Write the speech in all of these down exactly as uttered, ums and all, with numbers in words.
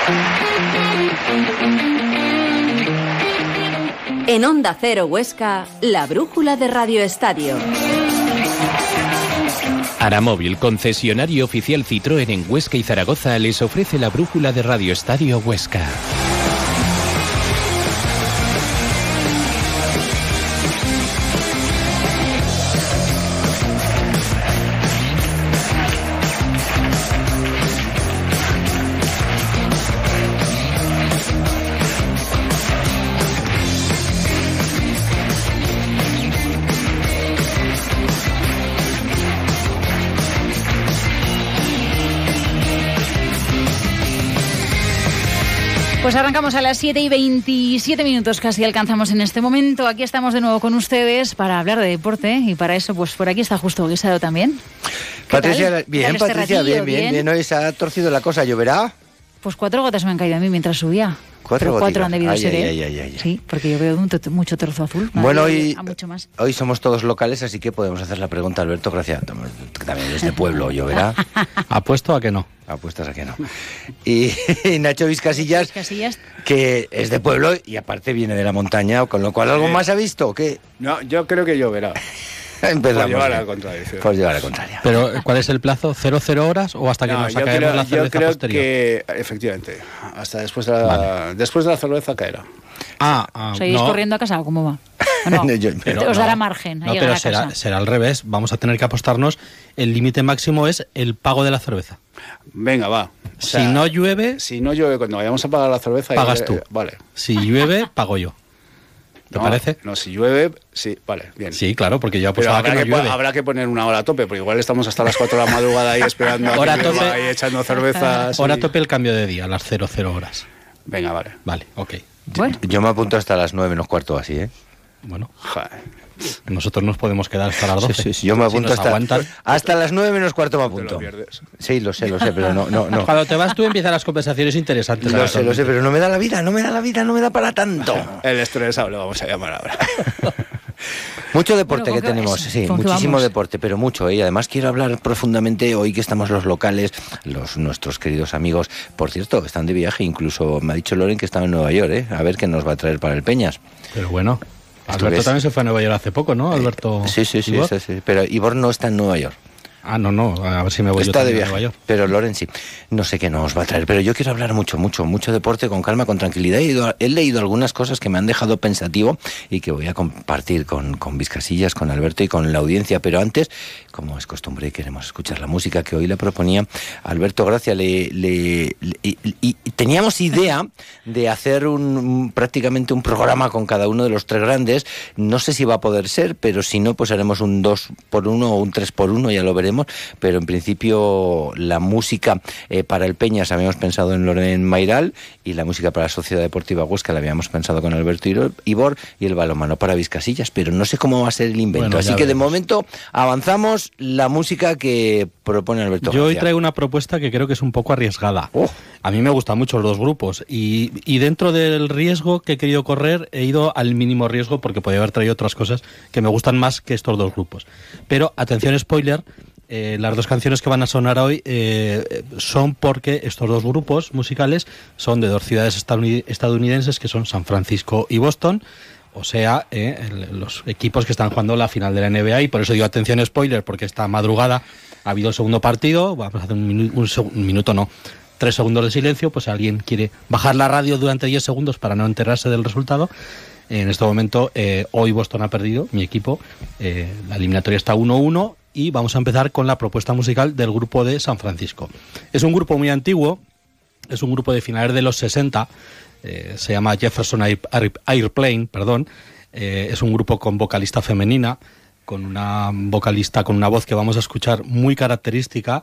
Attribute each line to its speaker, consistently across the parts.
Speaker 1: En Onda Cero Huesca, la brújula de Radio Estadio.
Speaker 2: Aramóvil, concesionario oficial Citroën en Huesca y Zaragoza, les ofrece la brújula de Radio Estadio Huesca.
Speaker 3: Pues arrancamos a las siete y veintisiete minutos, casi alcanzamos en este momento. Aquí estamos de nuevo con ustedes para hablar de deporte y para eso, pues por aquí está Justo Guisado también.
Speaker 4: Patricia,
Speaker 3: tal?
Speaker 4: bien,
Speaker 3: ¿Tal
Speaker 4: Patricia,
Speaker 3: este ratillo?
Speaker 4: bien, bien, bien. Hoy se ha torcido la cosa, ¿lloverá?
Speaker 3: Pues cuatro gotas me han caído a mí mientras subía.
Speaker 4: Cuatro
Speaker 3: Pero cuatro
Speaker 4: gotitas.
Speaker 3: han debido
Speaker 4: Ay,
Speaker 3: ser,
Speaker 4: ay,
Speaker 3: ¿eh?
Speaker 4: ay, ay, ay.
Speaker 3: Sí, porque yo veo un to- mucho trozo azul.
Speaker 4: Bueno,
Speaker 3: Madre,
Speaker 4: hoy,
Speaker 3: a mucho más.
Speaker 4: hoy somos todos locales, así que podemos hacer la pregunta a Alberto Gracia, que también es de pueblo, ¿lloverá?
Speaker 5: Apuesto a que no.
Speaker 4: Apuestas a que no. Y, y Nacho Vizcasillas,
Speaker 3: Vizcasillas,
Speaker 4: que es de pueblo y aparte viene de la montaña, con lo cual algo
Speaker 6: Sí.
Speaker 4: más ha visto, ¿o qué?
Speaker 6: No, yo creo que lloverá.
Speaker 4: Empezamos.
Speaker 6: Por llevar
Speaker 4: bien.
Speaker 6: a la contradicción.
Speaker 4: Por llevar a la contraria.
Speaker 5: Pero, ¿cuál es el plazo? ¿Cero, cero horas o hasta que
Speaker 6: No,
Speaker 5: nos
Speaker 6: yo
Speaker 5: saquemos
Speaker 6: creo,
Speaker 5: la
Speaker 6: yo
Speaker 5: cerveza
Speaker 6: creo
Speaker 5: posterior?
Speaker 6: que, efectivamente, hasta después de la,
Speaker 5: Vale.
Speaker 6: después de la cerveza caerá.
Speaker 5: Ah, ah,
Speaker 3: ¿seguís
Speaker 5: no,
Speaker 3: corriendo a casa o cómo va? ¿O no?
Speaker 4: Yo-
Speaker 5: pero
Speaker 3: Os
Speaker 5: no.
Speaker 3: dará margen a
Speaker 5: No,
Speaker 3: llegar
Speaker 5: pero
Speaker 3: a
Speaker 5: será,
Speaker 3: casa.
Speaker 5: será al revés. Vamos a tener que apostarnos. El límite máximo es el pago de la cerveza.
Speaker 6: Venga, va. O sea,
Speaker 5: si no llueve,
Speaker 6: si no llueve, cuando vayamos a pagar la cerveza...
Speaker 5: Pagas
Speaker 6: eh,
Speaker 5: tú.
Speaker 6: Vale.
Speaker 5: si llueve, pago yo. ¿Te
Speaker 6: No,
Speaker 5: parece?
Speaker 6: No, si llueve, sí, vale, bien.
Speaker 5: Sí, claro, porque yo
Speaker 6: Pero
Speaker 5: apostaba
Speaker 6: habrá
Speaker 5: que no
Speaker 6: que, po-
Speaker 5: llueve.
Speaker 6: habrá que poner una hora a tope, porque igual estamos hasta las cuatro de la madrugada ahí esperando a
Speaker 5: Hora
Speaker 6: que llueva
Speaker 5: tope.
Speaker 6: y echando cervezas.
Speaker 5: Hora
Speaker 6: y-
Speaker 5: tope el cambio de día, a las cero, cero horas.
Speaker 6: Venga, vale.
Speaker 5: Vale, ok.
Speaker 3: Bueno.
Speaker 4: Yo me apunto hasta las nueve menos cuarto así, ¿eh?
Speaker 5: Bueno,
Speaker 6: Joder.
Speaker 5: nosotros nos podemos quedar hasta las doce.
Speaker 4: Sí, sí, sí, yo me
Speaker 5: Si
Speaker 4: apunto
Speaker 5: nos
Speaker 4: hasta,
Speaker 5: aguantan.
Speaker 4: hasta las nueve menos cuarto me
Speaker 6: Te lo
Speaker 4: apunto.
Speaker 6: pierdes.
Speaker 4: Sí, lo sé, lo sé, pero no, no, no.
Speaker 5: Cuando te vas tú empiezan las conversaciones interesantes.
Speaker 4: Lo sé, lo sé, pero no me da la vida, no me da la vida, no me da para tanto.
Speaker 6: El estresado lo vamos a llamar ahora.
Speaker 4: Mucho deporte
Speaker 3: Bueno,
Speaker 4: que
Speaker 3: ¿con qué-
Speaker 4: tenemos,
Speaker 3: eso,
Speaker 4: sí,
Speaker 3: ¿con qué
Speaker 4: muchísimo
Speaker 3: vamos?
Speaker 4: deporte, pero mucho. ¿eh? Y además quiero hablar profundamente hoy que estamos los locales, los nuestros queridos amigos. Por cierto, están de viaje, incluso me ha dicho Loren que estaba en Nueva York, ¿eh? A ver qué nos va a traer para el Peñas.
Speaker 5: Pero bueno,
Speaker 4: Esto
Speaker 5: Alberto
Speaker 4: es-
Speaker 5: también se fue a Nueva York hace poco, ¿no? Alberto.
Speaker 4: Sí, sí, sí,
Speaker 5: Ibor.
Speaker 4: sí, sí, pero Ivor no está en Nueva York.
Speaker 5: Ah, no, no, a ver si me voy yo
Speaker 4: Está de
Speaker 5: también a
Speaker 4: viaje,
Speaker 5: Nueva York.
Speaker 4: pero Loren sí. No sé qué nos va a traer, pero yo quiero hablar mucho, mucho, mucho deporte con calma, con tranquilidad. He, ido- he leído algunas cosas que me han dejado pensativo y que voy a compartir con, con Vizcasillas, con Alberto y con la audiencia. Pero antes, como es costumbre, queremos escuchar la música que hoy le proponía Alberto Gracia. Le, le- le- y, y- y teníamos idea de hacer un prácticamente un programa con cada uno de los tres grandes. No sé si va a poder ser, pero si no, pues haremos un dos por uno o un tres por uno, ya lo veremos. Pero en principio la música eh, para el Peñas habíamos pensado en Loren Mayral y la música para la Sociedad Deportiva Huesca la habíamos pensado con Alberto Iro- Ibor y el balonmano para Vizcasillas, pero no sé cómo va a ser el invento.
Speaker 5: Bueno,
Speaker 4: Así
Speaker 5: ya
Speaker 4: que de
Speaker 5: veremos.
Speaker 4: momento avanzamos la música que propone Alberto
Speaker 5: Yo hoy
Speaker 4: Gracia.
Speaker 5: traigo una propuesta que creo que es un poco arriesgada.
Speaker 4: Oh.
Speaker 5: A mí me gustan mucho los dos grupos y, y dentro del riesgo que he querido correr he ido al mínimo riesgo porque podía haber traído otras cosas que me gustan más que estos dos grupos. Pero, atención spoiler, eh, las dos canciones que van a sonar hoy eh, son porque estos dos grupos musicales son de dos ciudades estadounid- estadounidenses que son San Francisco y Boston. O sea, eh, el- los equipos que están jugando la final de la N B A y por eso digo atención spoiler porque esta madrugada ha habido el segundo partido. Vamos a hacer un, minu- un, seg- un minuto, no, tres segundos de silencio, pues si alguien quiere bajar la radio durante diez segundos para no enterarse del resultado. En este momento, eh, hoy Boston ha perdido, mi equipo, eh, la eliminatoria está uno uno y vamos a empezar con la propuesta musical del grupo de San Francisco. Es un grupo muy antiguo, es un grupo de finales de los sesenta, eh, se llama Jefferson Air- Air- Airplane, perdón, eh, es un grupo con vocalista femenina, con una vocalista con una voz que vamos a escuchar muy característica.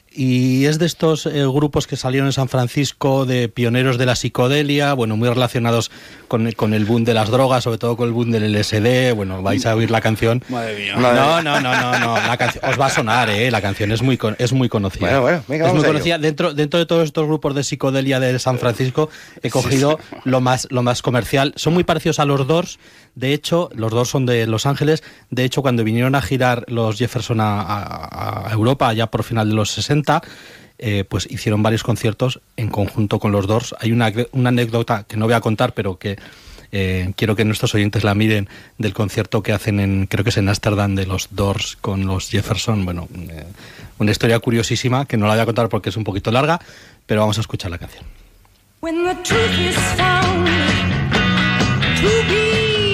Speaker 5: Y es de estos eh, grupos que salieron en San Francisco de pioneros de la psicodelia, bueno, muy relacionados con, con el boom de las drogas, sobre todo con el boom del L S D. Bueno, vais a oír la canción.
Speaker 6: Madre mía.
Speaker 5: No, no, no, no, no. La canción os va a sonar, eh. La canción es muy con- es muy conocida.
Speaker 4: Bueno, bueno, venga,
Speaker 5: es
Speaker 4: vamos
Speaker 5: muy
Speaker 4: a ello.
Speaker 5: conocida. Dentro, dentro de todos estos grupos de psicodelia de San Francisco, he cogido lo más, lo más comercial. Son muy parecidos a los Doors. De hecho, los Doors son de Los Ángeles. De hecho, cuando vinieron a girar los Jefferson a, a- a Europa, ya por final de los sesenta, eh, pues hicieron varios conciertos en conjunto con los Doors. Hay una, una anécdota que no voy a contar, pero que eh, quiero que nuestros oyentes la miren, del concierto que hacen en, creo que es en Ámsterdam, de los Doors con los Jefferson. Bueno, eh, una historia curiosísima que no la voy a contar porque es un poquito larga, pero vamos a escuchar la canción.
Speaker 7: When the truth is found to be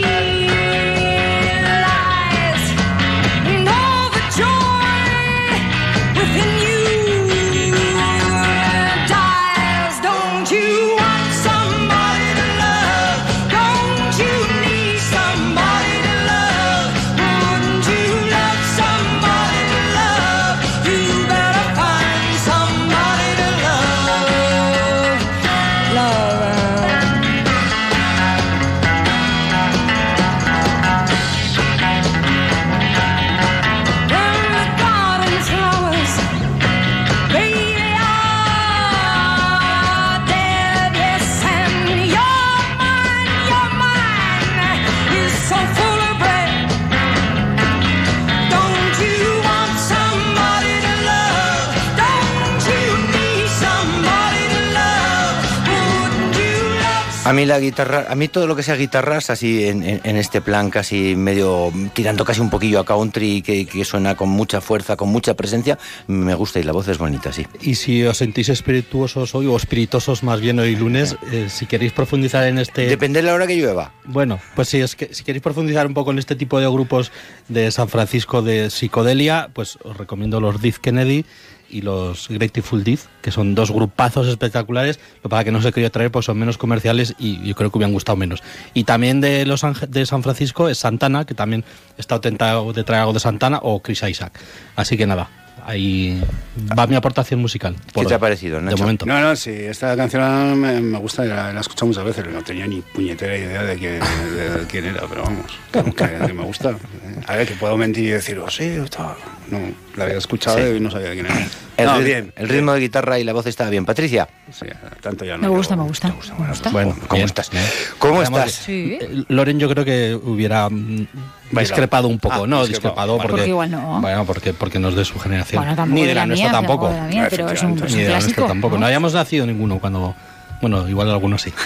Speaker 4: A mí la guitarra, a mí todo lo que sea guitarras así en, en, en este plan casi medio tirando casi un poquillo a country, que, que suena con mucha fuerza, con mucha presencia, me gusta y la voz es bonita, sí.
Speaker 5: Y si os sentís espirituosos hoy, o espiritosos más bien hoy lunes, eh, si queréis profundizar en este...
Speaker 4: Depende de la hora que llueva.
Speaker 5: Bueno, pues sí, es que si queréis profundizar un poco en este tipo de grupos de San Francisco de psicodelia, pues os recomiendo los Death Kennedy y los Grateful Dead, que son dos grupazos espectaculares, lo para que no se quería traer, pues son menos comerciales y yo creo que hubieran gustado menos. Y también de los de San Francisco es Santana, que también he estado tentado de traer algo de Santana, o Chris Isaac. Así que nada, ahí va mi aportación musical.
Speaker 4: ¿Qué te ha parecido, Nacho?
Speaker 5: De momento.
Speaker 6: No, no, sí, esta canción me, me gusta, la, la he escuchado muchas veces, no tenía ni puñetera idea de quién, de, de quién era, pero vamos, que, que me gusta. A ver, que puedo mentir y decir, oh, sí, está... No, la había escuchado sí. Y no sabía de quién era.
Speaker 4: El,
Speaker 6: no,
Speaker 4: ritmo,
Speaker 6: bien,
Speaker 4: el ritmo de guitarra y la voz estaba bien. Patricia.
Speaker 6: Sí, tanto ya no.
Speaker 3: Me gusta, me gusta.
Speaker 6: Me gusta, me gusta.
Speaker 5: Bueno,
Speaker 4: ¿cómo
Speaker 5: bien,
Speaker 4: estás?
Speaker 5: Bien.
Speaker 4: ¿Cómo
Speaker 5: Digamos
Speaker 4: estás?
Speaker 3: Sí.
Speaker 5: Loren yo creo que hubiera mm, discrepado un poco.
Speaker 6: Ah,
Speaker 5: no,
Speaker 6: discrepado.
Speaker 5: discrepado porque,
Speaker 3: porque igual no.
Speaker 5: Bueno, porque, porque no es de su generación.
Speaker 3: Bueno, tampoco
Speaker 5: Ni de,
Speaker 3: de
Speaker 5: la,
Speaker 3: la
Speaker 5: nuestra
Speaker 3: mía,
Speaker 5: tampoco.
Speaker 3: tampoco de la mía, pero es un, es un
Speaker 5: Ni de la
Speaker 3: clásico,
Speaker 5: nuestra tampoco.
Speaker 3: ¿no?
Speaker 5: No habíamos nacido ninguno cuando... Bueno, igual algunos sí.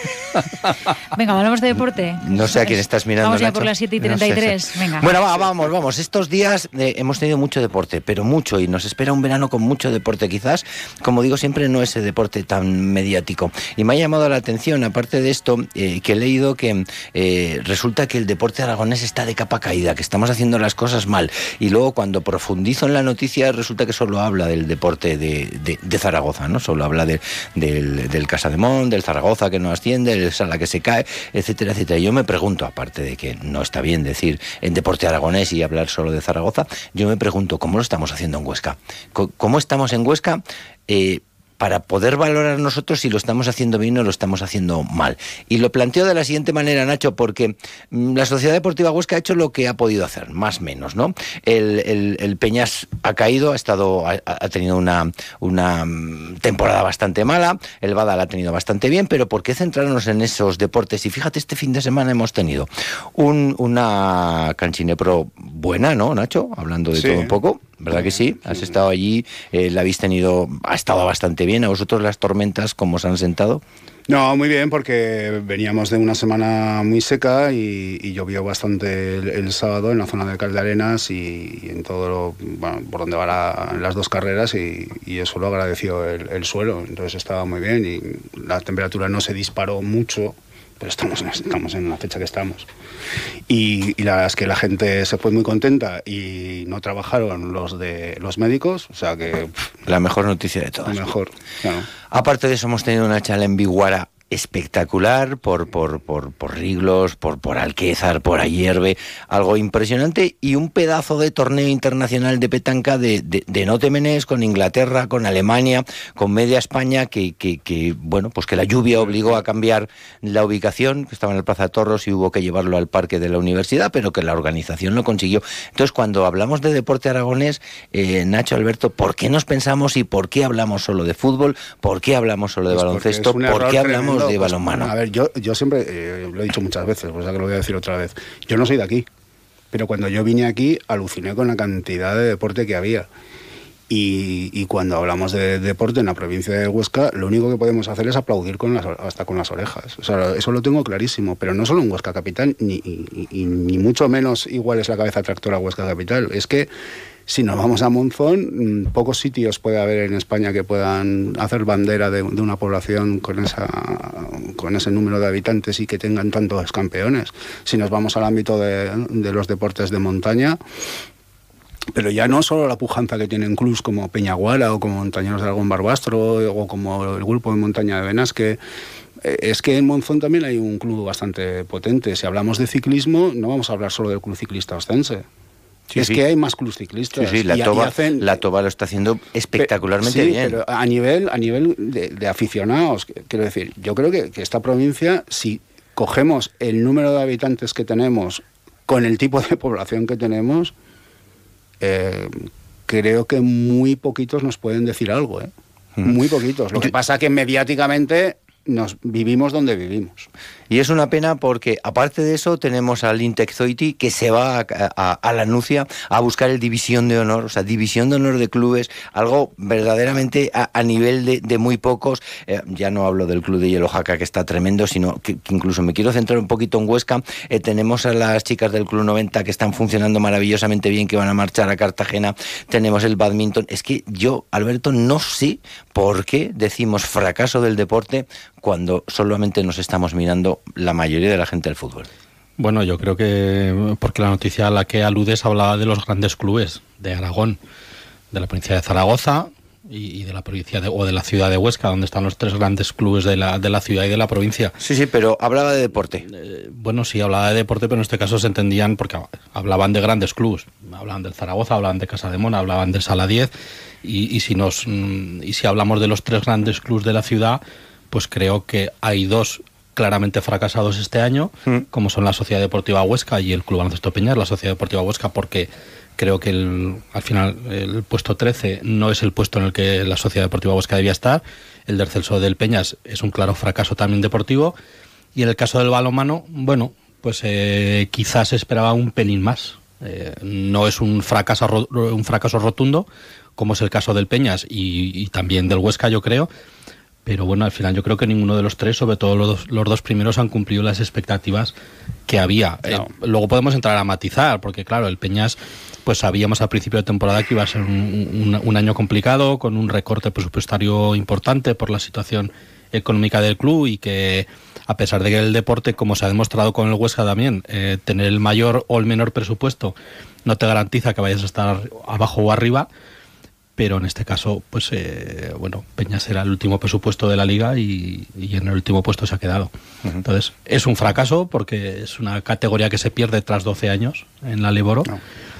Speaker 3: Venga, hablamos de deporte.
Speaker 4: No sé a quién estás mirando,
Speaker 3: Vamos ya
Speaker 4: Nacho.
Speaker 3: por las siete y treinta y tres. No sé, venga.
Speaker 4: Bueno, va, vamos, vamos. Estos días eh, hemos tenido mucho deporte, pero mucho, y nos espera un verano con mucho deporte. Quizás, como digo, siempre no ese deporte tan mediático. Y me ha llamado la atención, aparte de esto, eh, que he leído que eh, resulta que el deporte aragonés está de capa caída, que estamos haciendo las cosas mal. Y luego, cuando profundizo en la noticia, resulta que solo habla del deporte de, de, de Zaragoza, ¿no? Solo habla de, del, del Casademont, del Zaragoza que no asciende, el Sala que se cae, etcétera, etcétera. Yo me pregunto, aparte de que no está bien decir en deporte aragonés y hablar solo de Zaragoza, yo me pregunto cómo lo estamos haciendo en Huesca. ¿Cómo estamos en Huesca? Eh, para poder valorar nosotros si lo estamos haciendo bien o lo estamos haciendo mal. Y lo planteo de la siguiente manera, Nacho, porque la Sociedad Deportiva Huesca ha hecho lo que ha podido hacer, más o menos, ¿no? El, el, el Peñas ha caído, ha estado, ha, ha tenido una, una temporada bastante mala, el Badal ha tenido bastante bien, pero ¿por qué centrarnos en esos deportes? Y fíjate, este fin de semana hemos tenido un, una Canchinepro buena, ¿no, Nacho? Hablando de sí. todo un poco. ¿Verdad que sí? Has estado allí, eh, la habéis tenido, ha estado bastante bien. ¿A vosotros las tormentas cómo os han sentado?
Speaker 6: No, muy bien, porque veníamos de una semana muy seca y, y llovió bastante el, el sábado en la zona de Caldearenas y, y en todo lo, bueno, por donde van la, las dos carreras y, y eso lo agradeció el, el suelo. Entonces estaba muy bien y la temperatura no se disparó mucho, pero estamos, estamos en la fecha que estamos. Y, y la verdad es que la gente se fue muy contenta y no trabajaron los de los médicos, o sea que... Pff,
Speaker 4: la mejor noticia de todas.
Speaker 6: La mejor, claro.
Speaker 4: Aparte de eso, hemos tenido una charla en Biguara espectacular por por por por Riglos, por por Alquézar, por Ayerbe, algo impresionante, y un pedazo de torneo internacional de petanca de, de, de no te menes, con Inglaterra, con Alemania, con media España, que, que, que bueno, pues que la lluvia obligó a cambiar la ubicación, que estaba en el Plaza Torros y hubo que llevarlo al parque de la universidad, pero que la organización lo consiguió. Entonces, cuando hablamos de deporte aragonés, eh, Nacho, Alberto, ¿por qué nos pensamos y por qué hablamos solo de fútbol? ¿Por qué hablamos solo de pues baloncesto? ¿Por qué hablamos de balonmano?
Speaker 6: Pues, a ver, yo, yo siempre, eh, lo he dicho muchas veces, pues ya que lo voy a decir otra vez, yo no soy de aquí, pero cuando yo vine aquí aluciné con la cantidad de deporte que había Y, y cuando hablamos de deporte en la provincia de Huesca, lo único que podemos hacer es aplaudir con las, hasta con las orejas. O sea, eso lo tengo clarísimo, pero no solo en Huesca Capital, ni, y, y, ni mucho menos igual es la cabeza tractora Huesca Capital. Es que si nos vamos a Monzón, pocos sitios puede haber en España que puedan hacer bandera de, de una población con, esa, con ese número de habitantes y que tengan tantos campeones. Si nos vamos al ámbito de, de los deportes de montaña, pero ya no solo la pujanza que tienen clubs como Peñaguara o como Montañeros de Aragón Barbastro o como el grupo de montaña de Benasque. Es que en Monzón también hay un club bastante potente. Si hablamos de ciclismo, no vamos a hablar solo del Club Ciclista Ostense. Sí, es sí. que hay más clubs ciclistas.
Speaker 4: Sí, sí, la,
Speaker 6: y,
Speaker 4: toba,
Speaker 6: y hacen,
Speaker 4: la Toba lo está haciendo espectacularmente
Speaker 6: sí,
Speaker 4: bien.
Speaker 6: Pero a nivel, a nivel de, de aficionados, quiero decir, yo creo que, que esta provincia, si cogemos el número de habitantes que tenemos con el tipo de población que tenemos, Eh, creo que muy poquitos nos pueden decir algo, ¿eh? Muy poquitos. Lo que pasa que mediáticamente nos vivimos donde vivimos.
Speaker 4: Y es una pena porque, aparte de eso, tenemos al Intexoiti que se va a, a, a la Nucia a buscar el División de Honor, o sea, División de Honor de clubes, algo verdaderamente a, a nivel de, de muy pocos. Eh, ya no hablo del club de Hielo Jaca, que está tremendo, sino que, que incluso me quiero centrar un poquito en Huesca. Eh, tenemos a las chicas del Club noventa que están funcionando maravillosamente bien, que van a marchar a Cartagena. Tenemos el bádminton. Es que yo, Alberto, no sé por qué decimos fracaso del deporte cuando solamente nos estamos mirando la mayoría de la gente del fútbol.
Speaker 5: Bueno, yo creo que porque la noticia a la que aludes hablaba de los grandes clubes de Aragón, de la provincia de Zaragoza y, y de la provincia de, o de la ciudad de Huesca, donde están los tres grandes clubes de la, de la ciudad y de la provincia.
Speaker 4: Sí, sí, pero hablaba de deporte.
Speaker 5: Eh, bueno, sí, hablaba de deporte, pero en este caso se entendían porque hablaban de grandes clubes. Hablaban del Zaragoza, hablaban de Casademona, hablaban del Sala diez y, y, si nos, y si hablamos de los tres grandes clubes de la ciudad, pues creo que hay dos claramente fracasados este año, mm. como son la Sociedad Deportiva Huesca y el Club Baloncesto Peñas. La Sociedad Deportiva Huesca porque creo que el, al final el puesto trece no es el puesto en el que la Sociedad Deportiva Huesca debía estar. El descenso del Peñas es un claro fracaso también deportivo. Y en el caso del balonmano, bueno, pues eh, quizás esperaba un pelín más. Eh, no es un fracaso, un fracaso rotundo, como es el caso del Peñas y, y también del Huesca, yo creo. Pero bueno, al final yo creo que ninguno de los tres, sobre todo los dos, los dos primeros, han cumplido las expectativas que había. No. Eh, luego podemos entrar a matizar, porque claro, el Peñas, pues sabíamos al principio de temporada que iba a ser un, un, un año complicado, con un recorte presupuestario importante por la situación económica del club y que, a pesar de que el deporte, como se ha demostrado con el Huesca también, eh, tener el mayor o el menor presupuesto no te garantiza que vayas a estar abajo o arriba. Pero en este caso, pues eh, bueno, Peñas era el último presupuesto de la liga y, y en el último puesto se ha quedado. Uh-huh. Entonces, es un fracaso porque es una categoría que se pierde tras doce años en la Leboro. No.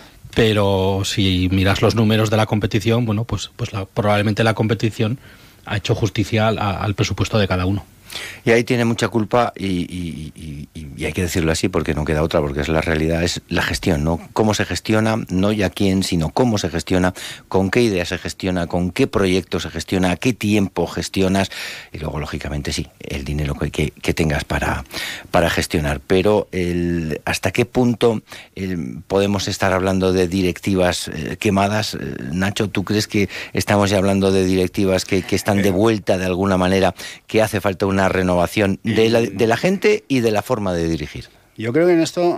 Speaker 5: Pero si miras los números de la competición, bueno, pues, pues la, probablemente la competición ha hecho justicia al, al presupuesto de cada uno.
Speaker 4: Y ahí tiene mucha culpa y, y, y, y hay que decirlo así porque no queda otra, porque es la realidad, es la gestión, ¿no? Cómo se gestiona, no ya quién, sino cómo se gestiona, con qué idea se gestiona, con qué proyecto se gestiona, a qué tiempo gestionas y luego, lógicamente, sí, el dinero que, que, que tengas para, para gestionar. Pero el, ¿hasta qué punto el, podemos estar hablando de directivas eh, quemadas? Eh, Nacho, ¿tú crees que estamos ya hablando de directivas que, que están de vuelta de alguna manera, que hace falta una renovación de la, de la gente y de la forma de dirigir?
Speaker 6: Yo creo que en esto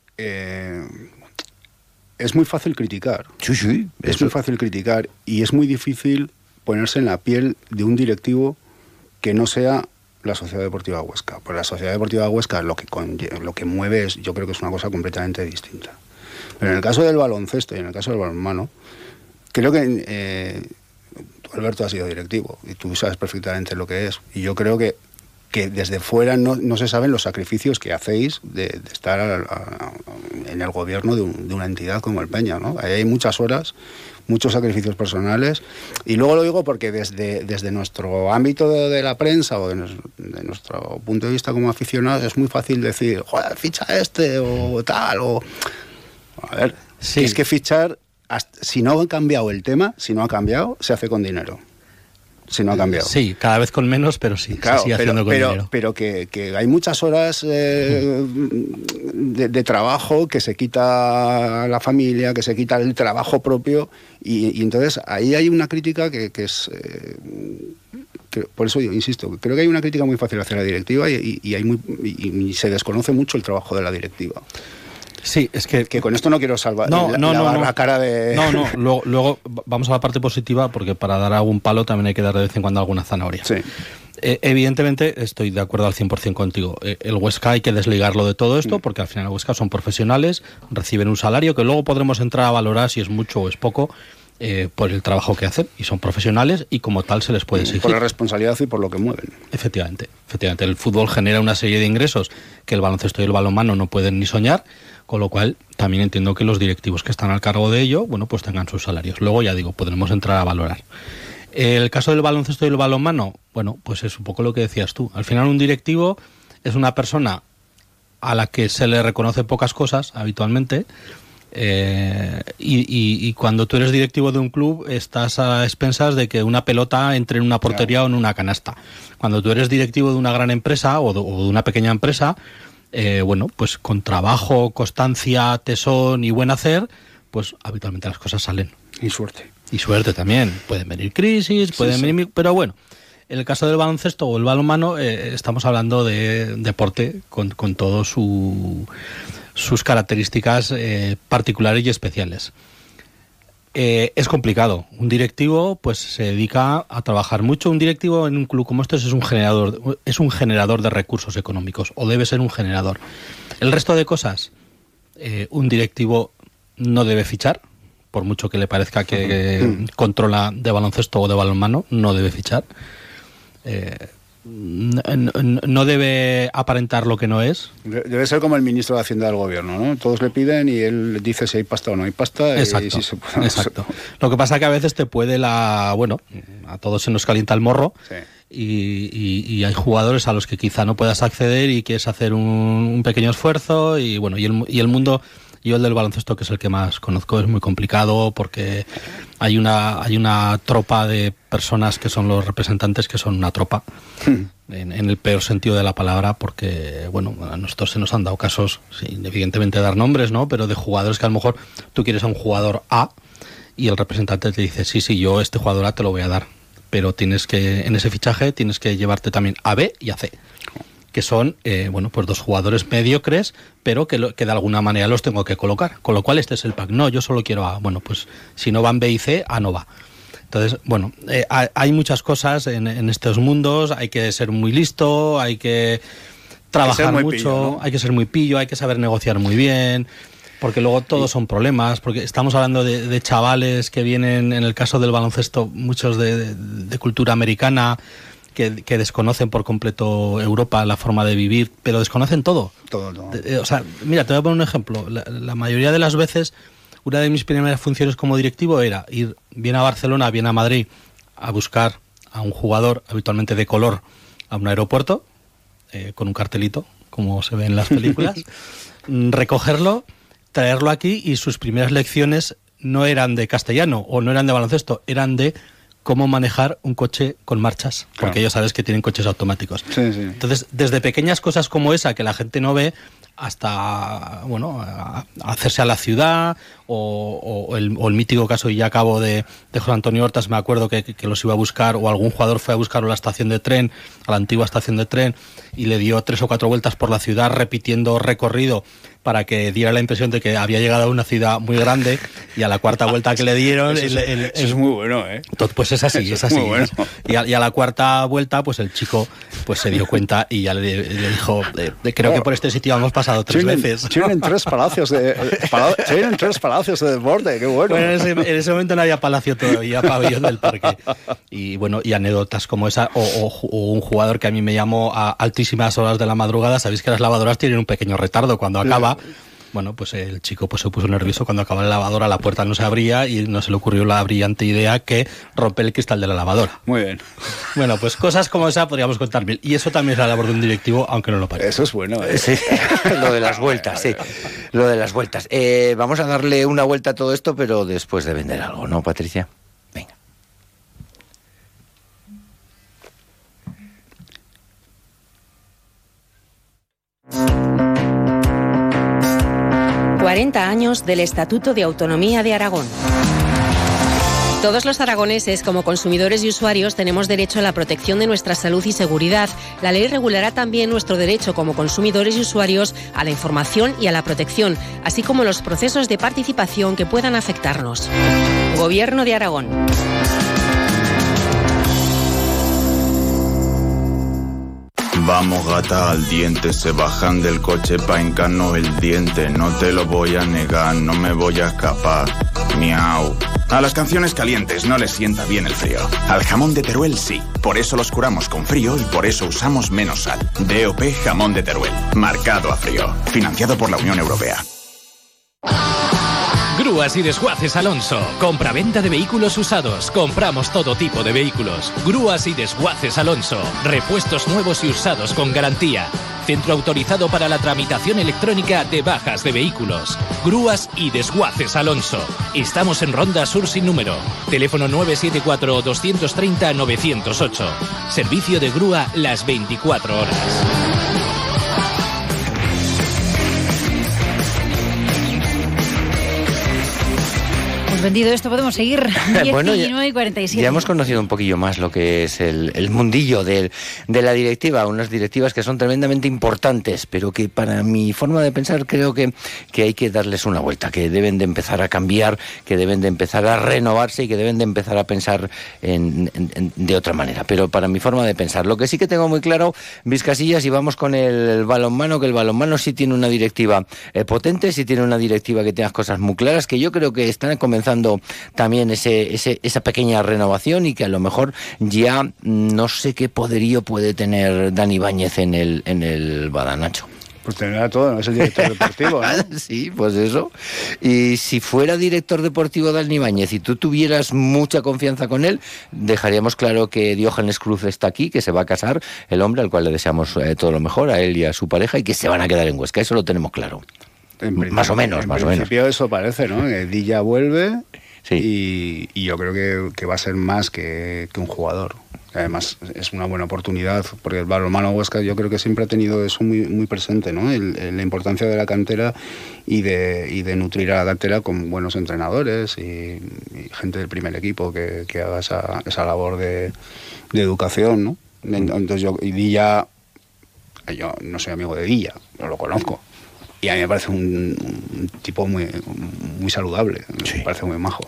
Speaker 6: eh, es muy fácil criticar.
Speaker 4: Sí, sí.
Speaker 6: Es
Speaker 4: eso.
Speaker 6: muy fácil criticar y es muy difícil ponerse en la piel de un directivo que no sea la Sociedad Deportiva Huesca. Pues la Sociedad Deportiva Huesca lo que, con, lo que mueve es, yo creo que es una cosa completamente distinta. Pero en el caso del baloncesto y en el caso del balonmano, creo que eh, Alberto ha sido directivo y tú sabes perfectamente lo que es. Y yo creo que que desde fuera no, no se saben los sacrificios que hacéis de, de estar a, a, en el gobierno de, un, de una entidad como el Peña, ¿no? Ahí hay muchas horas, muchos sacrificios personales, y luego lo digo porque desde, desde nuestro ámbito de, de la prensa o de, nos, de nuestro punto de vista como aficionados es muy fácil decir, joder, ficha este o tal, o... A ver, sí. Es que fichar, hasta, si no ha cambiado el tema, si no ha cambiado, se hace con dinero. si no ha cambiado.
Speaker 5: Sí, cada vez con menos, pero sí,
Speaker 6: claro,
Speaker 5: se sigue
Speaker 6: pero,
Speaker 5: haciendo con
Speaker 6: pero,
Speaker 5: dinero.
Speaker 6: pero que, que hay muchas horas eh, de, de trabajo que se quita a la familia, que se quita el trabajo propio, y, y entonces ahí hay una crítica que, que es... Eh, que, por eso yo insisto, creo que hay una crítica muy fácil hacia la directiva y, y, y hay muy, y, y se desconoce mucho el trabajo de la directiva.
Speaker 5: Sí, es que...
Speaker 6: Que con esto no quiero salvar
Speaker 5: no,
Speaker 6: la,
Speaker 5: no,
Speaker 6: lavar
Speaker 5: no, no.
Speaker 6: la cara de...
Speaker 5: No, no, luego, luego vamos a la parte positiva, porque para dar algún palo también hay que dar de vez en cuando alguna zanahoria.
Speaker 6: Sí.
Speaker 5: Eh, evidentemente estoy de acuerdo al cien por cien contigo. Eh, el Huesca hay que desligarlo de todo esto, porque al final el Huesca son profesionales, reciben un salario que luego podremos entrar a valorar si es mucho o es poco, eh, por el trabajo que hacen, y son profesionales y como tal se les puede exigir.
Speaker 6: Por la responsabilidad y por lo que mueven.
Speaker 5: Efectivamente, efectivamente. El fútbol genera una serie de ingresos que el baloncesto y el balonmano no pueden ni soñar, con lo cual también entiendo que los directivos que están al cargo de ello, bueno, pues tengan sus salarios. Luego ya digo, podremos entrar a valorar. El caso del baloncesto y el balonmano, bueno, pues es un poco lo que decías tú. Al final un directivo es una persona a la que se le reconoce pocas cosas habitualmente, eh, y, y, y cuando tú eres directivo de un club estás a expensas de que una pelota entre en una portería, claro, o en una canasta. Cuando tú eres directivo de una gran empresa o de, o de una pequeña empresa, eh, bueno, pues con trabajo, constancia, tesón y buen hacer, pues habitualmente las cosas salen.
Speaker 6: Y suerte.
Speaker 5: Y suerte también. Pueden venir crisis, pueden
Speaker 6: sí,
Speaker 5: venir...
Speaker 6: sí.
Speaker 5: Pero bueno, en el caso del baloncesto o el balonmano, eh, estamos hablando de deporte con, con todos su, sus características eh, particulares y especiales. Eh, es complicado. Un directivo pues se dedica a trabajar mucho. Un directivo en un club como este es un generador, es un generador de recursos económicos, o debe ser un generador. El resto de cosas, eh, un directivo no debe fichar, por mucho que le parezca que uh-huh. controla de baloncesto o de balonmano, no debe fichar. Eh, no, no debe aparentar lo que no es.
Speaker 6: Debe ser como el ministro de Hacienda del gobierno, ¿no? Todos le piden y él dice si hay pasta o no hay pasta.
Speaker 5: Exacto,
Speaker 6: y si se puede,
Speaker 5: exacto. No se... Lo que pasa es que a veces te puede la... Bueno, a todos se nos calienta el morro.
Speaker 6: Sí.
Speaker 5: Y, y, y hay jugadores a los que quizá no puedas acceder y quieres hacer un, un pequeño esfuerzo y bueno, y el, y el mundo... Yo el del baloncesto, que es el que más conozco, es muy complicado porque hay una hay una tropa de personas que son los representantes, que son una tropa, mm. en, en el peor sentido de la palabra, porque, bueno, a nosotros se nos han dado casos, sin evidentemente dar nombres, ¿no? Pero de jugadores que a lo mejor tú quieres a un jugador A y el representante te dice, sí, sí, yo este jugador A te lo voy a dar, pero tienes que, en ese fichaje, tienes que llevarte también a B y a C, que son, eh, bueno, pues dos jugadores mediocres, pero que, lo, que de alguna manera los tengo que colocar. Con lo cual este es el pack. No, yo solo quiero A. Bueno, pues si no van B y C, A no va. Entonces, bueno, eh, hay muchas cosas en, en estos mundos. Hay que ser muy listo, hay que trabajar
Speaker 6: hay que
Speaker 5: mucho,
Speaker 6: pillo, ¿no?
Speaker 5: Hay que ser muy pillo, hay que saber negociar muy bien, porque luego todos son problemas, porque estamos hablando de, de chavales que vienen, en el caso del baloncesto, muchos de, de, de cultura americana, Que, que desconocen por completo Europa, la forma de vivir, pero desconocen todo.
Speaker 6: Todo, todo.
Speaker 5: De, o sea, mira, te voy a poner un ejemplo. La, la mayoría de las veces, una de mis primeras funciones como directivo era ir bien a Barcelona, bien a Madrid, a buscar a un jugador, habitualmente de color, a un aeropuerto, eh, con un cartelito, como se ve en las películas, recogerlo, traerlo aquí, y sus primeras lecciones no eran de castellano o no eran de baloncesto, eran de cómo manejar un coche con marchas, porque claro, ellos sabes que tienen coches automáticos.
Speaker 6: Sí, sí.
Speaker 5: Entonces, desde pequeñas cosas como esa que la gente no ve, hasta, bueno, a, a hacerse a la ciudad, o, o, el, o el mítico caso, y ya acabo, de, de José Antonio Hortas, me acuerdo que, que los iba a buscar, o algún jugador fue a buscarlo a la estación de tren, a la antigua estación de tren, y le dio tres o cuatro vueltas por la ciudad repitiendo recorrido para que diera la impresión de que había llegado a una ciudad muy grande, y a la cuarta vuelta que le dieron...
Speaker 6: Eso,
Speaker 5: el, el, el,
Speaker 6: eso es muy bueno, ¿eh?
Speaker 5: Pues es así,
Speaker 6: eso
Speaker 5: es así.
Speaker 6: Es muy bueno.
Speaker 5: Y, a, y a la cuarta vuelta, pues el chico pues se dio cuenta y ya le, le dijo, eh, creo que por este sitio hemos pasado tres
Speaker 6: tienen,
Speaker 5: veces.
Speaker 6: Tienen tres palacios de pala, tienen tres palacios de deporte, qué bueno.
Speaker 5: Bueno, en ese, en ese momento no había palacio todavía, pabellón del parque. Y bueno, y anécdotas como esa, o, o, o un jugador que a mí me llamó a altísimas horas de la madrugada. Sabéis que las lavadoras tienen un pequeño retardo cuando acaba. Bueno, pues el chico pues se puso nervioso cuando acaba la lavadora, la puerta no se abría y no se le ocurrió la brillante idea que romper el cristal de la lavadora.
Speaker 6: Muy bien.
Speaker 5: Bueno, pues cosas como esa podríamos contar mil. Y eso también es la labor de un directivo, aunque no lo parezca.
Speaker 6: Eso es bueno, ¿eh?
Speaker 4: Sí, lo de las vueltas, sí. Lo de las vueltas. Eh, vamos a darle una vuelta a todo esto, pero después de vender algo, ¿no, Patricia? Venga.
Speaker 8: cuarenta años del Estatuto de Autonomía de Aragón. Todos los aragoneses, como consumidores y usuarios, tenemos derecho a la protección de nuestra salud y seguridad. La ley regulará también nuestro derecho como consumidores y usuarios a la información y a la protección, así como los procesos de participación que puedan afectarnos. Gobierno de Aragón.
Speaker 9: Vamos gata al diente, se bajan del coche pa' hincarnos el diente. No te lo voy a negar, no me voy a escapar. Miau. A las canciones calientes no les sienta bien el frío. Al jamón de Teruel sí. Por eso los curamos con frío y por eso usamos menos sal. D O P Jamón de Teruel. Marcado a frío. Financiado por la Unión Europea.
Speaker 2: Grúas y Desguaces Alonso. Compra-venta de vehículos usados. Compramos todo tipo de vehículos. Grúas y Desguaces Alonso. Repuestos nuevos y usados con garantía. Centro autorizado para la tramitación electrónica de bajas de vehículos. Grúas y Desguaces Alonso. Estamos en Ronda Sur sin número. Teléfono nueve siete cuatro, dos tres cero, nueve cero ocho. Servicio de grúa las veinticuatro horas.
Speaker 3: Vendido esto, podemos seguir.
Speaker 4: Bueno,
Speaker 3: diecinueve y cuarenta y siete.
Speaker 4: Ya hemos conocido un poquillo más lo que es el, el mundillo de, de la directiva, unas directivas que son tremendamente importantes, pero que para mi forma de pensar creo que, que hay que darles una vuelta, que deben de empezar a cambiar, que deben de empezar a renovarse y que deben de empezar a pensar en, en, en, de otra manera. Pero para mi forma de pensar, lo que sí que tengo muy claro, Vizcasillas, y vamos con el, el balonmano, que el balonmano sí tiene una directiva eh, potente, sí tiene una directiva que tenga cosas muy claras, que yo creo que están comenzando también ese, ese, esa pequeña renovación y que a lo mejor ya no sé qué poderío puede tener Dani Ibáñez en el, en el Badanacho.
Speaker 6: Pues tendrá todo, ¿no? Es el director deportivo, ¿no?
Speaker 4: Sí, pues eso. Y si fuera director deportivo Dani Ibáñez y tú tuvieras mucha confianza con él, dejaríamos claro que Diógenes Cruz está aquí, que se va a casar, el hombre al cual le deseamos eh, todo lo mejor, a él y a su pareja, y que se van a quedar en Huesca, eso lo tenemos claro. Más o menos, más o menos.
Speaker 6: En principio eso parece, ¿no? Que Dilla vuelve,
Speaker 4: sí.
Speaker 6: y, y yo creo que, que va a ser más que, que un jugador. Además es una buena oportunidad, porque el balonmano Huesca yo creo que siempre ha tenido eso muy, muy presente, ¿no? El, el, la importancia de la cantera y de, y de nutrir a la cantera con buenos entrenadores y, y gente del primer equipo que, que haga esa, esa labor de, de educación, ¿no? Entonces yo, y Dilla, yo no soy amigo de Dilla, no lo conozco. Y a mí me parece un, un tipo muy, muy saludable, sí. Me parece muy majo.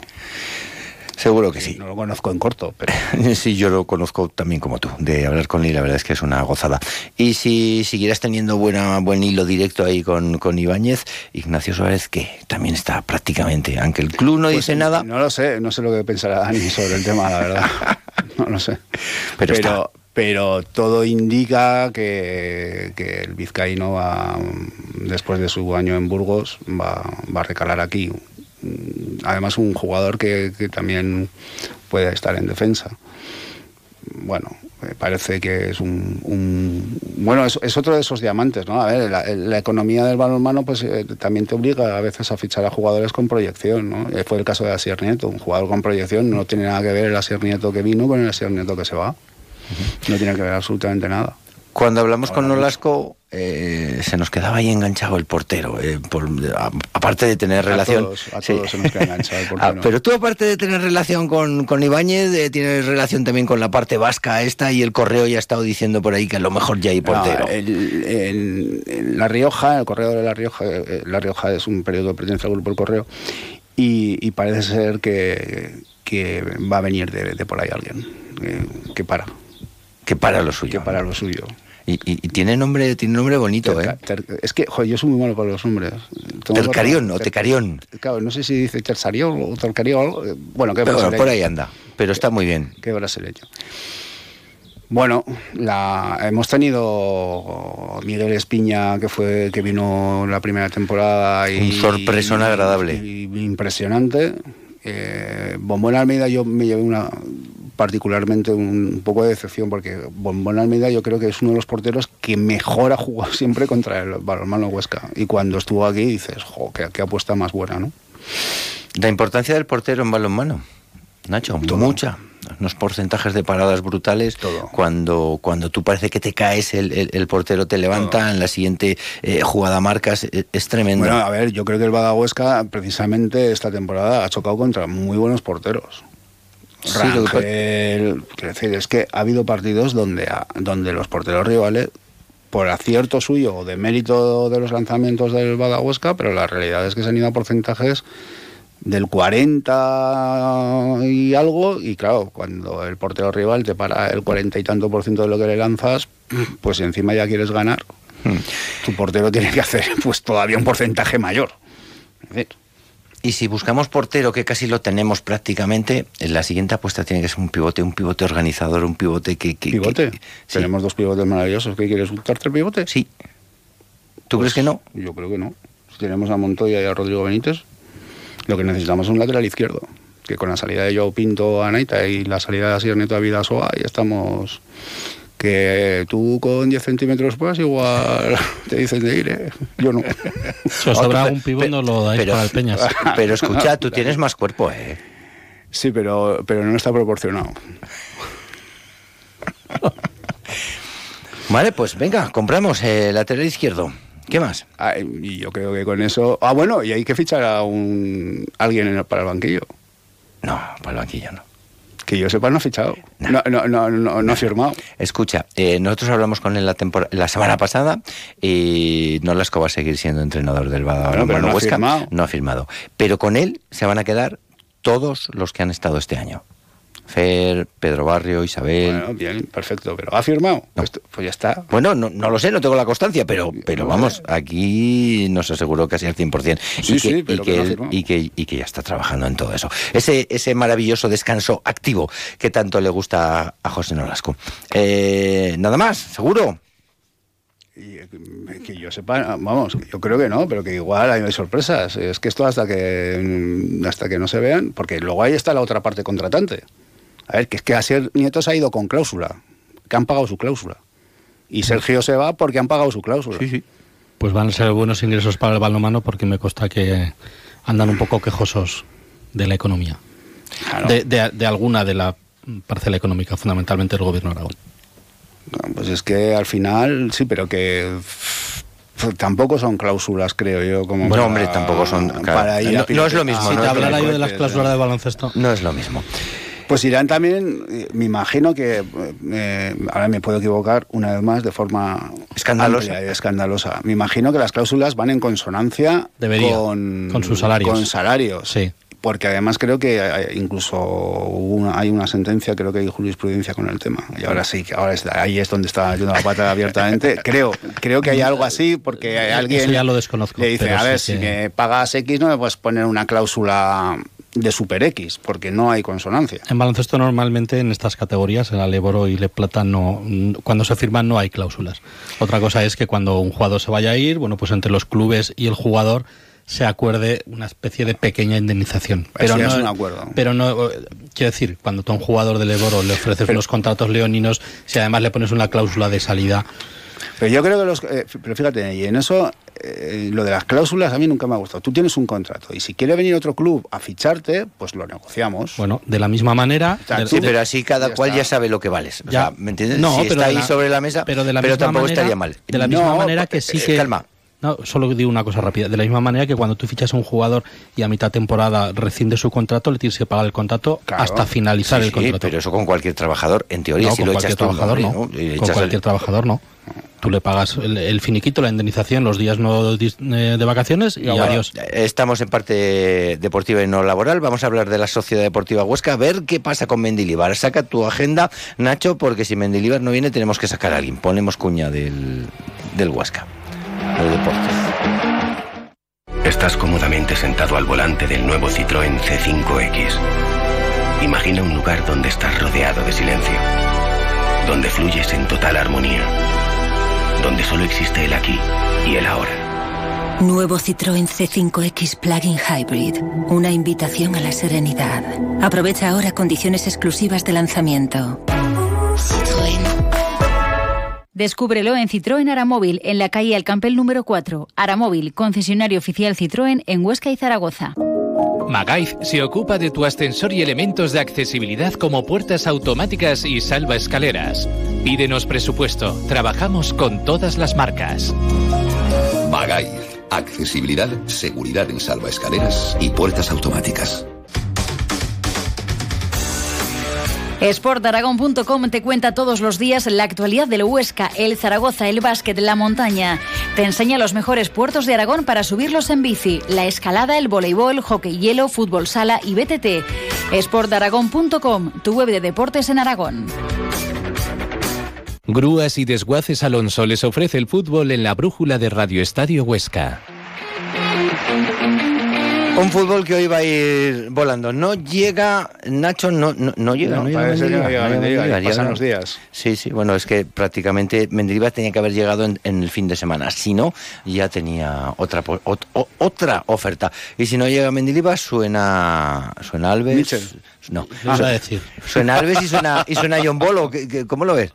Speaker 4: Seguro que sí.
Speaker 6: No lo conozco en corto, pero...
Speaker 4: Sí, yo lo conozco también como tú, de hablar con él, la verdad es que es una gozada. Y si siguieras teniendo buena, buen hilo directo ahí con, con Ibáñez, Ignacio Suárez, que también está prácticamente, aunque el club no pues dice nada...
Speaker 6: No lo sé, no sé lo que pensará Dani sobre el tema, la verdad. No lo sé.
Speaker 4: Pero,
Speaker 6: pero, pero todo indica que, que el vizcaíno va, después de su año en Burgos, va, va a recalar aquí. Además un jugador que, que también puede estar en defensa. Bueno, me parece que es un, un bueno, es, es otro de esos diamantes, ¿no? A ver, la, la economía del balonmano pues eh, también te obliga a veces a fichar a jugadores con proyección, ¿no? Eh, fue el caso de Asier Nieto, un jugador con proyección. No tiene nada que ver el Asier Nieto que vino con el Asier Nieto que se va. No tiene que ver absolutamente nada.
Speaker 4: Cuando hablamos con Nolasco, eh, se nos quedaba ahí enganchado el portero, eh, por, a, aparte de tener
Speaker 6: a
Speaker 4: relación...
Speaker 6: Todos, a todos sí. Se nos queda enganchado el portero.
Speaker 4: Ah, pero tú, aparte de tener relación con, con Ibáñez, eh, tienes relación también con la parte vasca esta, y el Correo ya ha estado diciendo por ahí que a lo mejor ya hay portero.
Speaker 6: No, el, el, el, la Rioja, el Correo de La Rioja, eh, La Rioja es un periódico que pertenece al grupo El Correo, y, y parece ser que, que va a venir de, de por ahí alguien, que, que para.
Speaker 4: Que para lo suyo.
Speaker 6: Que para lo suyo.
Speaker 4: Y, y, y tiene nombre tiene nombre bonito, Terca,
Speaker 6: ¿eh? Ter, es que, joder, yo soy muy malo para los nombres.
Speaker 4: Tercarión o Tecarión.
Speaker 6: Claro, no sé si dice Tersarión o Tercarión. Bueno, que
Speaker 4: bueno, por ahí anda, pero está muy bien.
Speaker 6: Qué brasileño. Bueno, la, hemos tenido Miguel Espiña, que fue que vino la primera temporada. Y,
Speaker 4: un sorpresón agradable.
Speaker 6: Y, y impresionante. Eh, Bombón Almeida, yo me llevé una... particularmente un poco de decepción, porque Bombón Almeida yo creo que es uno de los porteros que mejor ha jugado siempre contra el balonmano Huesca, y cuando estuvo aquí dices, jo, qué, qué apuesta más buena, ¿no?
Speaker 4: La importancia del portero en balonmano, Nacho,
Speaker 6: todo,
Speaker 4: mucha unos porcentajes de paradas brutales.
Speaker 6: Todo.
Speaker 4: Cuando cuando tú parece que te caes, el, el, el portero te levanta, todo. En la siguiente eh, jugada marcas, es, es tremendo.
Speaker 6: Bueno, a ver, yo creo que el Badahuesca precisamente esta temporada ha chocado contra muy buenos porteros.
Speaker 4: Sí,
Speaker 6: Rangel, quiero decir, es que ha habido partidos donde, ha, donde los porteros rivales, por acierto suyo o de mérito de los lanzamientos del Badahuesca, pero la realidad es que se han ido a porcentajes del cuarenta y algo, y claro, cuando el portero rival te para el cuarenta y tanto por ciento de lo que le lanzas, pues encima ya quieres ganar, hmm. tu portero tiene que hacer pues todavía un porcentaje mayor. Es decir,
Speaker 4: y si buscamos portero, que casi lo tenemos prácticamente, la siguiente apuesta tiene que ser un pivote, un pivote organizador, un pivote que... que
Speaker 6: ¿Pivote?
Speaker 4: Que,
Speaker 6: Tenemos
Speaker 4: sí.
Speaker 6: dos pivotes maravillosos. ¿Qué quieres, un tercer pivote?
Speaker 4: Sí. ¿Tú
Speaker 6: pues,
Speaker 4: crees que no?
Speaker 6: Yo creo que no. Si tenemos a Montoya y a Rodrigo Benítez, lo que necesitamos es un lateral izquierdo. Que con la salida de Joao Pinto a Naita y la salida de Asier Neto a Vidasoa, ya estamos... Que tú con diez centímetros pues igual te dicen de ir, ¿eh? Yo no.
Speaker 5: Si os sobra un pivot no lo dais
Speaker 4: pero,
Speaker 5: para el Peñas.
Speaker 4: Pero escucha, tú tienes más cuerpo, ¿eh?
Speaker 6: Sí, pero, pero no está proporcionado.
Speaker 4: Vale, pues venga, compramos el lateral izquierdo. ¿Qué más?
Speaker 6: Ah, y yo creo que con eso... Ah, bueno, y hay que fichar a un alguien en el, para el banquillo.
Speaker 4: No, para el banquillo no.
Speaker 6: Que yo sepa, no ha fichado. No, no, no, no, no, no ha firmado.
Speaker 4: Escucha, eh, nosotros hablamos con él la, tempor- la semana pasada y Nolasco va a seguir siendo entrenador del Badajoz.
Speaker 6: Bueno, no ha firmado.
Speaker 4: No ha firmado. Pero con él se van a quedar todos los que han estado este año. Fer, Pedro Barrio, Isabel...
Speaker 6: Bueno, bien, perfecto, pero ¿ha firmado? No. Pues, pues ya está.
Speaker 4: Bueno, no, no lo sé, no tengo la constancia, pero, pero
Speaker 6: no,
Speaker 4: vamos, aquí nos aseguró casi al cien por ciento.
Speaker 6: Sí,
Speaker 4: y, que,
Speaker 6: sí, pero
Speaker 4: y, que
Speaker 6: que
Speaker 4: él,
Speaker 6: no
Speaker 4: y, que, y que ya está trabajando en todo eso. Ese, ese maravilloso descanso activo que tanto le gusta a José Nolasco. Eh, ¿Nada más? ¿Seguro?
Speaker 6: Y, que yo sepa, vamos, yo creo que no, pero que igual hay sorpresas. Es que esto hasta que hasta que no se vean, porque luego ahí está la otra parte contratante. A ver, que es que Asier Nieto se ha ido con cláusula, que han pagado su cláusula. Y Sergio se va porque han pagado su cláusula.
Speaker 4: Sí, sí.
Speaker 5: Pues van a ser buenos ingresos para el balonmano porque me consta que andan un poco quejosos de la economía. Claro. De, de, de alguna de la parcela económica, fundamentalmente del gobierno de Aragón.
Speaker 6: No, pues es que al final, sí, pero que... Tampoco son cláusulas, creo yo. Como
Speaker 4: bueno, para, hombre, tampoco son...
Speaker 6: Para ir
Speaker 4: no,
Speaker 6: a
Speaker 4: no es lo mismo.
Speaker 5: Si
Speaker 4: no
Speaker 5: te
Speaker 4: es
Speaker 5: hablara
Speaker 4: lo
Speaker 5: yo de las cláusulas de baloncesto...
Speaker 4: No es lo mismo.
Speaker 6: Pues irán también, me imagino que, eh, ahora me puedo equivocar una vez más de forma
Speaker 4: escandalosa.
Speaker 6: amplia y escandalosa. Me imagino que las cláusulas van en consonancia
Speaker 5: Debería,
Speaker 6: con,
Speaker 5: con sus salarios.
Speaker 6: Con salarios.
Speaker 5: Sí.
Speaker 6: Porque además creo que incluso una, hay una sentencia, creo que hay jurisprudencia con el tema. Y ahora sí, que ahora es, ahí es donde está yendo la pata abiertamente. Creo, creo que hay algo así, porque alguien
Speaker 5: Eso ya lo desconozco,
Speaker 6: le dice,
Speaker 5: pero
Speaker 6: a ver,
Speaker 5: sí
Speaker 6: si
Speaker 5: que...
Speaker 6: me pagas X no me puedes poner una cláusula de Super X, porque no hay consonancia.
Speaker 5: En baloncesto normalmente en estas categorías, en la Leboro y Le Plata, no, cuando se firman no hay cláusulas. Otra cosa es que cuando un jugador se vaya a ir, bueno, pues entre los clubes y el jugador se acuerde una especie de pequeña indemnización. Pero
Speaker 6: Eso
Speaker 5: no
Speaker 6: es un acuerdo.
Speaker 5: Pero no, quiero decir, cuando tú a un jugador de Leboro le ofreces pero, unos contratos leoninos, si además le pones una cláusula de salida...
Speaker 6: Pero yo creo que los... Eh, pero fíjate, y en eso, eh, lo de las cláusulas a mí nunca me ha gustado. Tú tienes un contrato y si quiere venir otro club a ficharte, pues lo negociamos.
Speaker 5: Bueno, de la misma manera...
Speaker 6: O sea,
Speaker 4: sí,
Speaker 6: tú,
Speaker 4: pero así cada
Speaker 6: ya
Speaker 4: cual
Speaker 6: está.
Speaker 4: ya sabe lo que vales. O
Speaker 5: ya,
Speaker 4: sea, ¿me entiendes?
Speaker 5: No,
Speaker 4: si
Speaker 5: pero
Speaker 4: está ahí
Speaker 5: la,
Speaker 4: sobre la mesa,
Speaker 5: pero, de la
Speaker 4: pero
Speaker 5: misma
Speaker 4: tampoco
Speaker 5: manera,
Speaker 4: estaría mal.
Speaker 5: De la
Speaker 6: no,
Speaker 5: misma manera que sí
Speaker 4: eh,
Speaker 5: que...
Speaker 4: Calma.
Speaker 5: No, solo digo una cosa rápida. De la misma manera que cuando tú fichas a un jugador y a mitad temporada rescinde su contrato, le tienes que pagar el contrato claro. hasta finalizar
Speaker 4: sí,
Speaker 5: el contrato.
Speaker 4: Sí, pero eso con cualquier trabajador, en teoría,
Speaker 5: no,
Speaker 4: si
Speaker 5: con
Speaker 4: lo echas tú,
Speaker 5: trabajador no.
Speaker 4: ¿no?
Speaker 5: Con cualquier el... trabajador no. Tú le pagas el, el finiquito, la indemnización, los días no de vacaciones y, y ahora, adiós.
Speaker 4: Estamos en parte deportiva y no laboral. Vamos a hablar de la Sociedad Deportiva Huesca, a ver qué pasa con Mendilibar. Saca tu agenda, Nacho, porque si Mendilibar no viene tenemos que sacar a alguien. Ponemos cuña del, del Huesca, del deporte.
Speaker 10: Estás cómodamente sentado al volante del nuevo Citroën C cinco X. Imagina un lugar donde estás rodeado de silencio, donde fluyes en total armonía, donde solo existe el aquí y el ahora.
Speaker 11: Nuevo Citroën C cinco X Plug-in Hybrid. Una invitación a la serenidad. Aprovecha ahora condiciones exclusivas de lanzamiento. Citroën.
Speaker 3: Descúbrelo en Citroën Aramóvil, en la calle Alcampel número cuatro. Aramóvil, concesionario oficial Citroën en Huesca y Zaragoza.
Speaker 2: Magaiz se ocupa de tu ascensor y elementos de accesibilidad como puertas automáticas y salvaescaleras. Pídenos presupuesto. Trabajamos con todas las marcas.
Speaker 12: Magaiz. Accesibilidad, seguridad en salvaescaleras y puertas automáticas.
Speaker 3: sport aragón punto com te cuenta todos los días la actualidad del Huesca, el Zaragoza, el básquet, la montaña. Te enseña los mejores puertos de Aragón para subirlos en bici, la escalada, el voleibol, hockey hielo, fútbol sala y B T T. sport aragón punto com, tu web de deportes en Aragón.
Speaker 2: Grúas y Desguaces Alonso les ofrece el fútbol en la brújula de Radio Estadio Huesca.
Speaker 4: Un fútbol que hoy va a ir volando. No llega, Nacho, no, no, no llega.
Speaker 6: No,
Speaker 4: no llega
Speaker 6: parece que no
Speaker 4: Mendilibar,
Speaker 6: llega
Speaker 4: no
Speaker 6: Mendilibar,
Speaker 4: Mendilibar,
Speaker 6: pasan
Speaker 4: llega.
Speaker 6: los días.
Speaker 4: Sí, sí, bueno, es que prácticamente Mendilibar tenía que haber llegado en, en el fin de semana. Si no, ya tenía otra po- ot- o- otra oferta. Y si no llega Mendilibar, suena suena Alves.
Speaker 6: Mitchell.
Speaker 4: No,
Speaker 5: Ah,
Speaker 4: su-
Speaker 5: a decir.
Speaker 4: suena Alves y suena y suena John Bolo. ¿Qué- qué- ¿Cómo lo ves?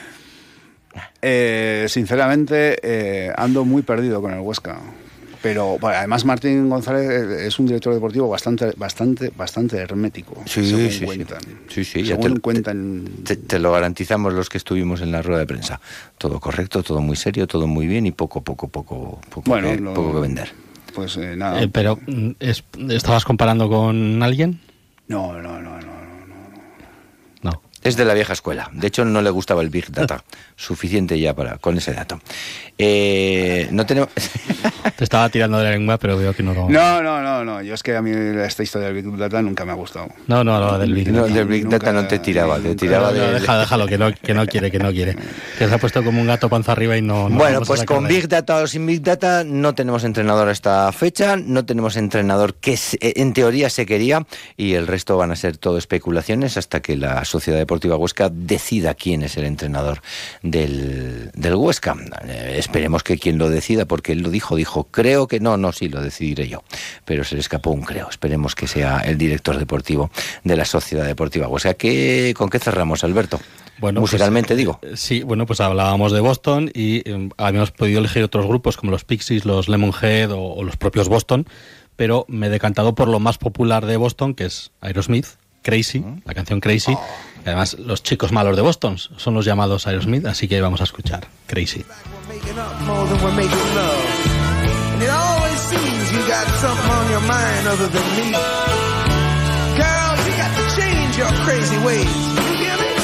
Speaker 6: Eh, sinceramente, eh, ando muy perdido con el Huesca. Pero bueno, además Martín González es un director deportivo bastante, bastante, bastante hermético.
Speaker 4: Sí,
Speaker 6: según
Speaker 4: sí, sí.
Speaker 6: cuentan.
Speaker 4: Sí, sí, ya
Speaker 6: según
Speaker 4: te-
Speaker 6: cuentan.
Speaker 4: Te, te lo garantizamos los que estuvimos en la rueda de prensa. Todo correcto, todo muy serio, todo muy bien y poco, poco, poco, poco,
Speaker 6: Bueno,
Speaker 4: que,
Speaker 6: lo-
Speaker 4: poco que vender.
Speaker 6: Pues eh, nada.
Speaker 5: Eh, pero, mm, es- ¿estabas comparando con alguien?
Speaker 6: No, no, no, no.
Speaker 5: No.
Speaker 4: Es de la vieja escuela. De hecho, no le gustaba el Big Data. Suficiente ya para con ese dato. Eh, no tenemos...
Speaker 5: Te estaba tirando de la lengua, pero veo que no lo...
Speaker 6: No, no, no, no. Yo es que a mí esta historia del Big Data nunca me ha gustado.
Speaker 5: No, no, lo del Big
Speaker 4: No,
Speaker 5: Data.
Speaker 4: del Big Data no te tiraba, te tiraba
Speaker 5: No, no,
Speaker 4: de...
Speaker 5: deja- déjalo, que no, que no quiere, que no quiere. Que se ha puesto como un gato panza arriba y no... no
Speaker 4: Bueno,
Speaker 5: vamos a
Speaker 4: pues
Speaker 5: sacar
Speaker 4: con
Speaker 5: de ahí.
Speaker 4: Big Data o sin Big Data no tenemos entrenador a esta fecha, no tenemos entrenador que se- en teoría se quería y el resto van a ser todo especulaciones hasta que la Sociedad Deportiva Huesca decida quién es el entrenador del, del Huesca. Eh, esperemos que quien lo decida, porque él lo dijo, dijo, creo que no, no, sí, lo decidiré yo, pero se le escapó un creo. Esperemos que sea el director deportivo de la Sociedad Deportiva Huesca. ¿Qué, ¿Con qué cerramos, Alberto?
Speaker 5: Bueno,
Speaker 4: musicalmente,
Speaker 5: pues,
Speaker 4: digo.
Speaker 5: eh, Sí, bueno, pues hablábamos de Boston y eh, habíamos podido elegir otros grupos como los Pixies, los Lemonhead o, o los propios Boston, pero me he decantado por lo más popular de Boston, que es Aerosmith, Crazy, la canción Crazy. Y además, los chicos malos de Boston son los llamados Aerosmith, así que vamos a escuchar Crazy.
Speaker 13: Making up more than we're making love. And it always seems you got something on your mind other than me. Girl, you got to change your crazy ways. You hear me?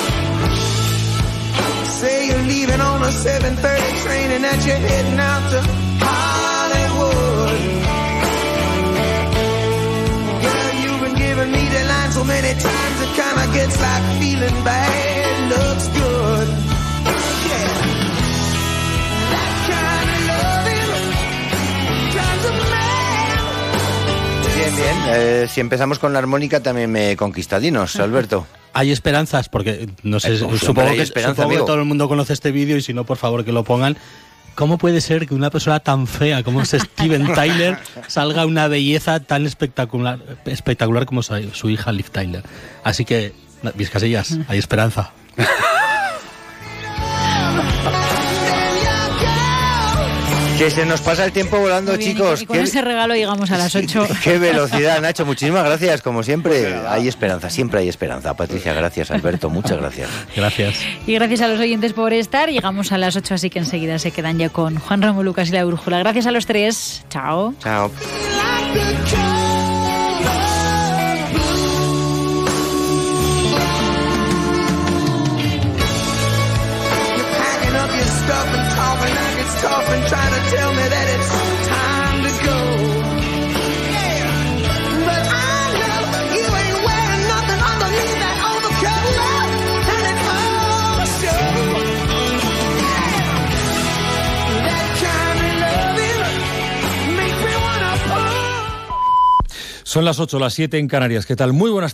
Speaker 13: Say you're leaving on a seven thirty train and that you're heading out to Hollywood. Girl, you've been giving me the line so many times it kinda gets like feeling bad looks good. Yeah.
Speaker 4: Bien, bien. Eh, si empezamos con la armónica también me conquista. Dinos, Alberto.
Speaker 5: Hay esperanzas, porque no sé,
Speaker 4: Eh, pues,
Speaker 5: supongo,
Speaker 4: hombre, hay
Speaker 5: que,
Speaker 4: esperanza,
Speaker 5: supongo que
Speaker 4: amigo.
Speaker 5: todo el mundo conoce este vídeo y si no, por favor que lo pongan. ¿Cómo puede ser que una persona tan fea como es Steven Tyler salga una belleza tan espectacular, espectacular como su, su hija Liv Tyler? Así que, Vizcasillas, hay esperanza.
Speaker 4: Que se nos pasa el tiempo volando,
Speaker 3: Muy bien,
Speaker 4: chicos.
Speaker 3: y con
Speaker 4: Qué-
Speaker 3: ese regalo llegamos a las ocho.
Speaker 4: Qué velocidad, Nacho. Muchísimas gracias, como siempre. Hay esperanza, siempre hay esperanza. Patricia, gracias. Alberto, muchas gracias.
Speaker 5: Gracias.
Speaker 3: Y gracias a los oyentes por estar. Llegamos a las ocho, así que enseguida se quedan ya con Juan Ramón Lucas y la Brújula. Gracias a los tres. Chao.
Speaker 4: Chao.
Speaker 13: Packing up your stuff and talking like it's tough and trying to tell me that it's time to go. Yeah. But I know you ain't wearing nothing underneath that overcoat. And it all shows. Yeah. That kind of loving makes me wanna pull.
Speaker 14: Son las ocho, las siete en Canarias. ¿Qué tal? Muy buenas